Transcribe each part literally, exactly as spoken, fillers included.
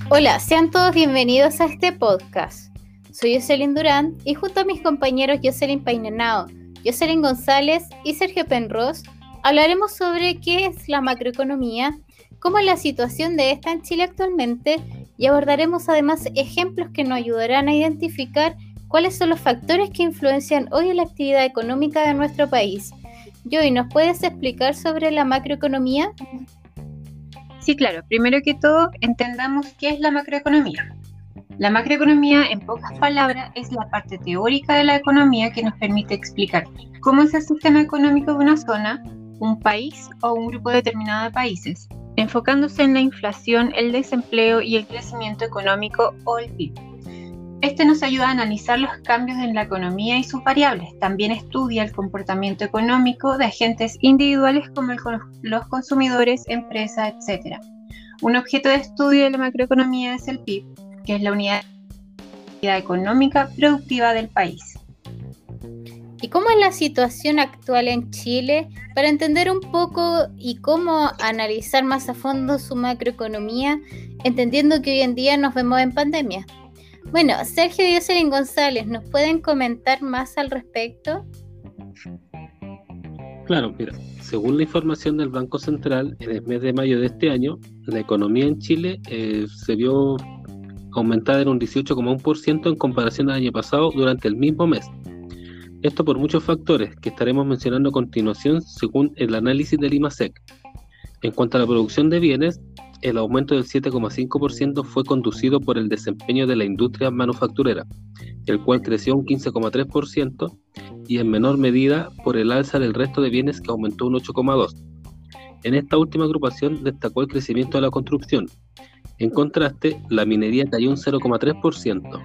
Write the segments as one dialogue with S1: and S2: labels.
S1: Hola, sean todos bienvenidos a este podcast. Soy Jocelyn Durán y junto a mis compañeros Jocelyn Painenao, Jocelyn González y Sergio Penrose hablaremos sobre qué es la macroeconomía, cómo es la situación de esta en Chile actualmente y abordaremos además ejemplos que nos ayudarán a identificar cuáles son los factores que influencian hoy en la actividad económica de nuestro país. Joy, ¿nos puedes explicar sobre la macroeconomía?
S2: Sí, claro. Primero que todo, entendamos qué es la macroeconomía. La macroeconomía, en pocas palabras, es la parte teórica de la economía que nos permite explicar cómo es el sistema económico de una zona, un país o un grupo determinado de países, enfocándose en la inflación, el desempleo y el crecimiento económico o el P I B. Este nos ayuda a analizar los cambios en la economía y sus variables. También estudia el comportamiento económico de agentes individuales como el, los consumidores, empresas, etcétera. Un objeto de estudio de la macroeconomía es el P I B, que es la unidad económica productiva del país.
S1: ¿Y cómo es la situación actual en Chile? Para entender un poco y cómo analizar más a fondo su macroeconomía, entendiendo que hoy en día nos vemos en pandemia. Bueno, Sergio y Jocelyn González, ¿nos pueden comentar más al respecto?
S3: Claro, mira, según la información del Banco Central, en el mes de mayo de este año, la economía en Chile eh, se vio aumentada en un dieciocho coma uno por ciento en comparación al año pasado durante el mismo mes. Esto por muchos factores que estaremos mencionando a continuación según el análisis del IMASEC. En cuanto a la producción de bienes, el aumento del siete coma cinco por ciento fue conducido por el desempeño de la industria manufacturera, el cual creció un quince coma tres por ciento y en menor medida por el alza del resto de bienes que aumentó un ocho coma dos por ciento. En esta última agrupación destacó el crecimiento de la construcción. En contraste, la minería cayó un cero coma tres por ciento.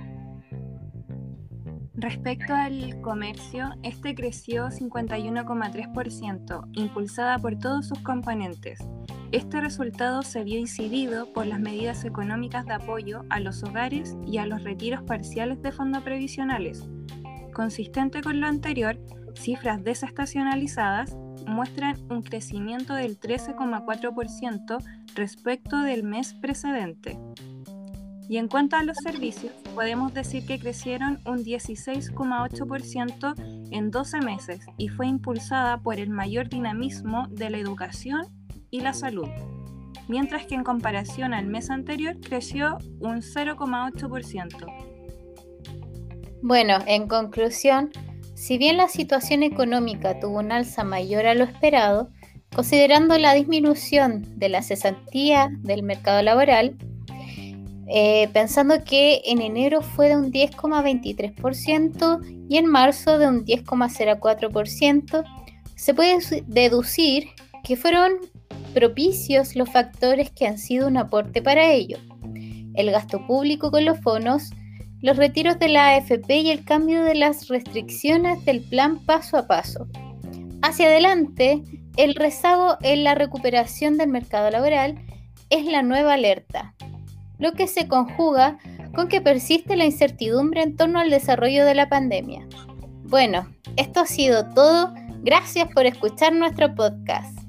S4: Respecto al comercio, este creció cincuenta y uno coma tres por ciento, impulsada por todos sus componentes. Este resultado se vio incidido por las medidas económicas de apoyo a los hogares y a los retiros parciales de fondos previsionales. Consistente con lo anterior, cifras desestacionalizadas muestran un crecimiento del trece coma cuatro por ciento respecto del mes precedente. Y en cuanto a los servicios, podemos decir que crecieron un dieciséis coma ocho por ciento en doce meses y fue impulsada por el mayor dinamismo de la educación y la salud, mientras que en comparación al mes anterior creció un cero coma ocho por ciento.
S1: Bueno, en conclusión, si bien la situación económica tuvo un alza mayor a lo esperado, considerando la disminución de la cesantía del mercado laboral, Eh, pensando que en enero fue de un diez coma veintitrés por ciento y en marzo de un diez coma cero cuatro por ciento, se puede deducir que fueron propicios los factores que han sido un aporte para ello: el gasto público con los bonos, los retiros de la A F P y el cambio de las restricciones del plan paso a paso. Hacia adelante, el rezago en la recuperación del mercado laboral es la nueva alerta, lo que se conjuga con que persiste la incertidumbre en torno al desarrollo de la pandemia. Bueno, esto ha sido todo. Gracias por escuchar nuestro podcast.